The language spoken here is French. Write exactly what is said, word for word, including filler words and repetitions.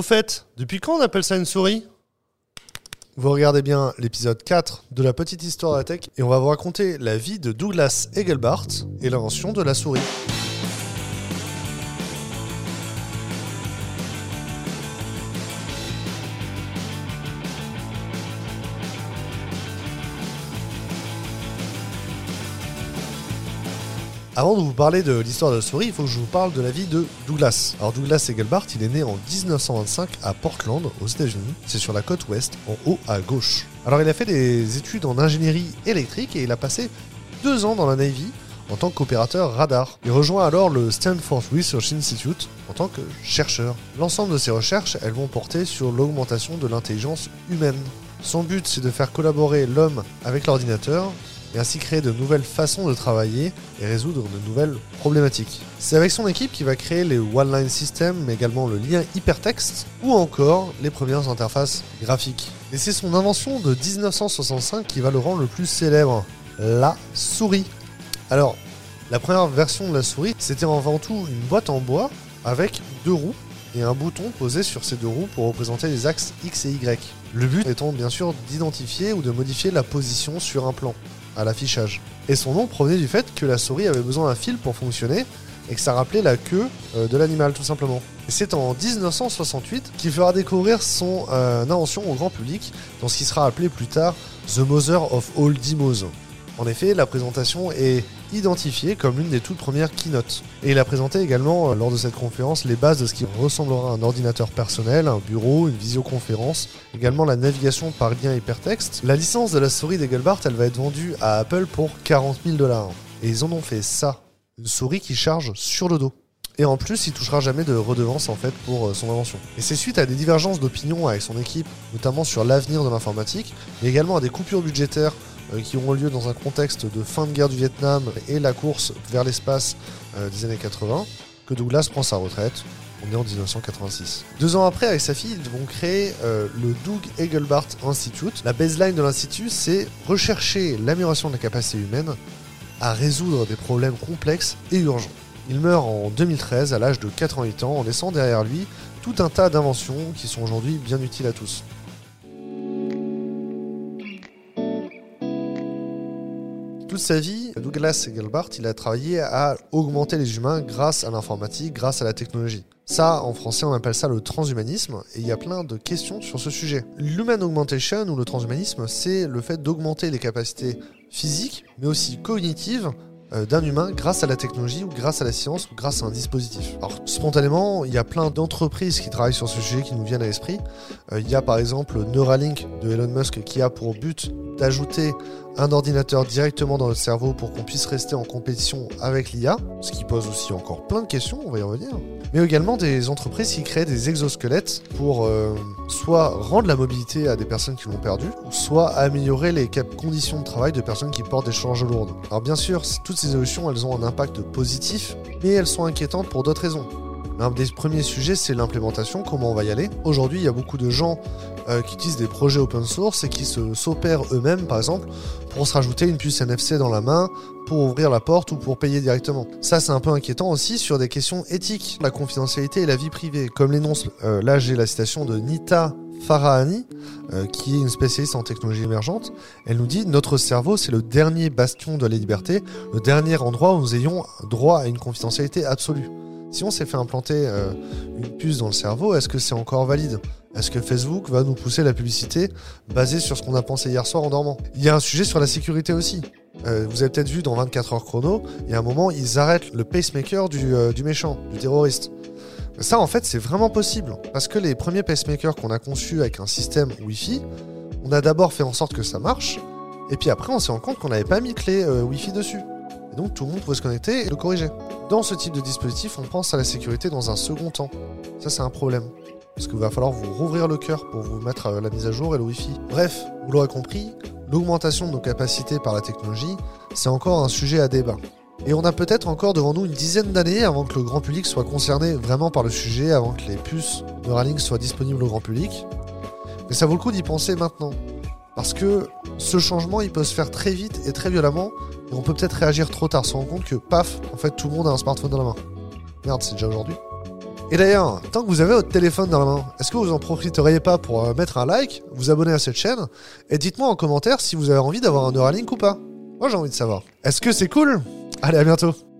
Au fait, depuis quand on appelle ça une souris ? Vous regardez bien l'épisode quatre de la petite histoire de la tech et on va vous raconter la vie de Douglas Engelbart et l'invention de la souris. Avant de vous parler de l'histoire de la souris, il faut que je vous parle de la vie de Douglas. Alors Douglas Engelbart, il est né en dix-neuf cent vingt-cinq à Portland, aux États-Unis. C'est sur la côte ouest, en haut à gauche. Alors il a fait des études en ingénierie électrique et il a passé deux ans dans la Navy en tant qu'opérateur radar. Il rejoint alors le Stanford Research Institute en tant que chercheur. L'ensemble de ses recherches, elles vont porter sur l'augmentation de l'intelligence humaine. Son but, c'est de faire collaborer l'homme avec l'ordinateur et ainsi créer de nouvelles façons de travailler et résoudre de nouvelles problématiques. C'est avec son équipe qu'il va créer les One-Line Systems, mais également le lien hypertexte, ou encore les premières interfaces graphiques. Et c'est son invention de dix-neuf cent soixante-cinq qui va le rendre le plus célèbre, la souris. Alors, la première version de la souris, c'était avant tout une boîte en bois avec deux roues et un bouton posé sur ces deux roues pour représenter les axes X et Y. Le but étant bien sûr d'identifier ou de modifier la position sur un plan à l'affichage. Et son nom provenait du fait que la souris avait besoin d'un fil pour fonctionner et que ça rappelait la queue euh, de l'animal tout simplement. Et c'est en dix-neuf cent soixante-huit qu'il fera découvrir son euh, invention au grand public dans ce qui sera appelé plus tard The Mother of All Demos. En effet, la présentation est identifiée comme l'une des toutes premières keynotes. Et il a présenté également, euh, lors de cette conférence, les bases de ce qui ressemblera à un ordinateur personnel, un bureau, une visioconférence, également la navigation par lien hypertexte. La licence de la souris d'Engelbart, elle va être vendue à Apple pour quarante mille dollars. Et ils en ont fait ça, une souris qui charge sur le dos. Et en plus, il touchera jamais de redevance en fait pour euh, son invention. Et c'est suite à des divergences d'opinion avec son équipe, notamment sur l'avenir de l'informatique, mais également à des coupures budgétaires qui auront lieu dans un contexte de fin de guerre du Vietnam et la course vers l'espace euh, des années quatre-vingts, que Douglas prend sa retraite. On est en dix-neuf cent quatre-vingt-six. Deux ans après, avec sa fille, ils vont créer euh, le Doug Engelbart Institute. La baseline de l'institut, c'est rechercher l'amélioration de la capacité humaine à résoudre des problèmes complexes et urgents. Il meurt en deux mille treize à l'âge de quatre-vingt-huit ans en laissant derrière lui tout un tas d'inventions qui sont aujourd'hui bien utiles à tous. Toute sa vie, Douglas Engelbart, il a travaillé à augmenter les humains grâce à l'informatique, grâce à la technologie. Ça, en français, on appelle ça le transhumanisme, et il y a plein de questions sur ce sujet. L'human augmentation, ou le transhumanisme, c'est le fait d'augmenter les capacités physiques, mais aussi cognitives, d'un humain grâce à la technologie ou grâce à la science ou grâce à un dispositif. Alors spontanément, il y a plein d'entreprises qui travaillent sur ce sujet qui nous viennent à l'esprit. Euh, il y a par exemple Neuralink de Elon Musk qui a pour but d'ajouter un ordinateur directement dans notre cerveau pour qu'on puisse rester en compétition avec l'I A, ce qui pose aussi encore plein de questions, on va y revenir. Mais également des entreprises qui créent des exosquelettes pour euh, soit rendre la mobilité à des personnes qui l'ont perdu, soit améliorer les conditions de travail de personnes qui portent des charges lourdes. Alors bien sûr, toutes ces évolutions, elles ont un impact positif, mais elles sont inquiétantes pour d'autres raisons. L'un des premiers sujets, c'est l'implémentation, comment on va y aller. Aujourd'hui, il y a beaucoup de gens euh, qui utilisent des projets open source et qui se, s'opèrent eux-mêmes, par exemple, pour se rajouter une puce N F C dans la main, pour ouvrir la porte ou pour payer directement. Ça, c'est un peu inquiétant aussi sur des questions éthiques, la confidentialité et la vie privée. Comme l'énonce, euh, là j'ai la citation de Nita Farahani, euh, qui est une spécialiste en technologie émergente. Elle nous dit « Notre cerveau, c'est le dernier bastion de la liberté, le dernier endroit où nous ayons droit à une confidentialité absolue. » Si on s'est fait implanter euh, une puce dans le cerveau, est-ce que c'est encore valide ? Est-ce que Facebook va nous pousser la publicité basée sur ce qu'on a pensé hier soir en dormant ? Il y a un sujet sur la sécurité aussi. Euh, vous avez peut-être vu dans vingt-quatre heures chrono, il y a un moment, ils arrêtent le pacemaker du, euh, du méchant, du terroriste. Ça, en fait, c'est vraiment possible. Parce que les premiers pacemakers qu'on a conçus avec un système Wi-Fi, on a d'abord fait en sorte que ça marche, et puis après, on s'est rendu compte qu'on n'avait pas mis de clé euh, Wi-Fi dessus. Et donc, tout le monde pouvait se connecter et le corriger. Dans ce type de dispositif, on pense à la sécurité dans un second temps. Ça, c'est un problème. Parce qu'il va falloir vous rouvrir le cœur pour vous mettre à la mise à jour et le Wi-Fi. Bref, vous l'aurez compris, l'augmentation de nos capacités par la technologie, c'est encore un sujet à débat. Et on a peut-être encore devant nous une dizaine d'années avant que le grand public soit concerné vraiment par le sujet, avant que les puces Neuralink soient disponibles au grand public. Mais ça vaut le coup d'y penser maintenant. Parce que ce changement, il peut se faire très vite et très violemment, et on peut peut-être réagir trop tard, se rendre compte que, paf, en fait, tout le monde a un smartphone dans la main. Merde, c'est déjà aujourd'hui. Et d'ailleurs, tant que vous avez votre téléphone dans la main, est-ce que vous en profiteriez pas pour euh, mettre un like, vous abonner à cette chaîne, et dites-moi en commentaire si vous avez envie d'avoir un Neuralink ou pas. Moi j'ai envie de savoir. Est-ce que c'est cool ? Allez, à bientôt.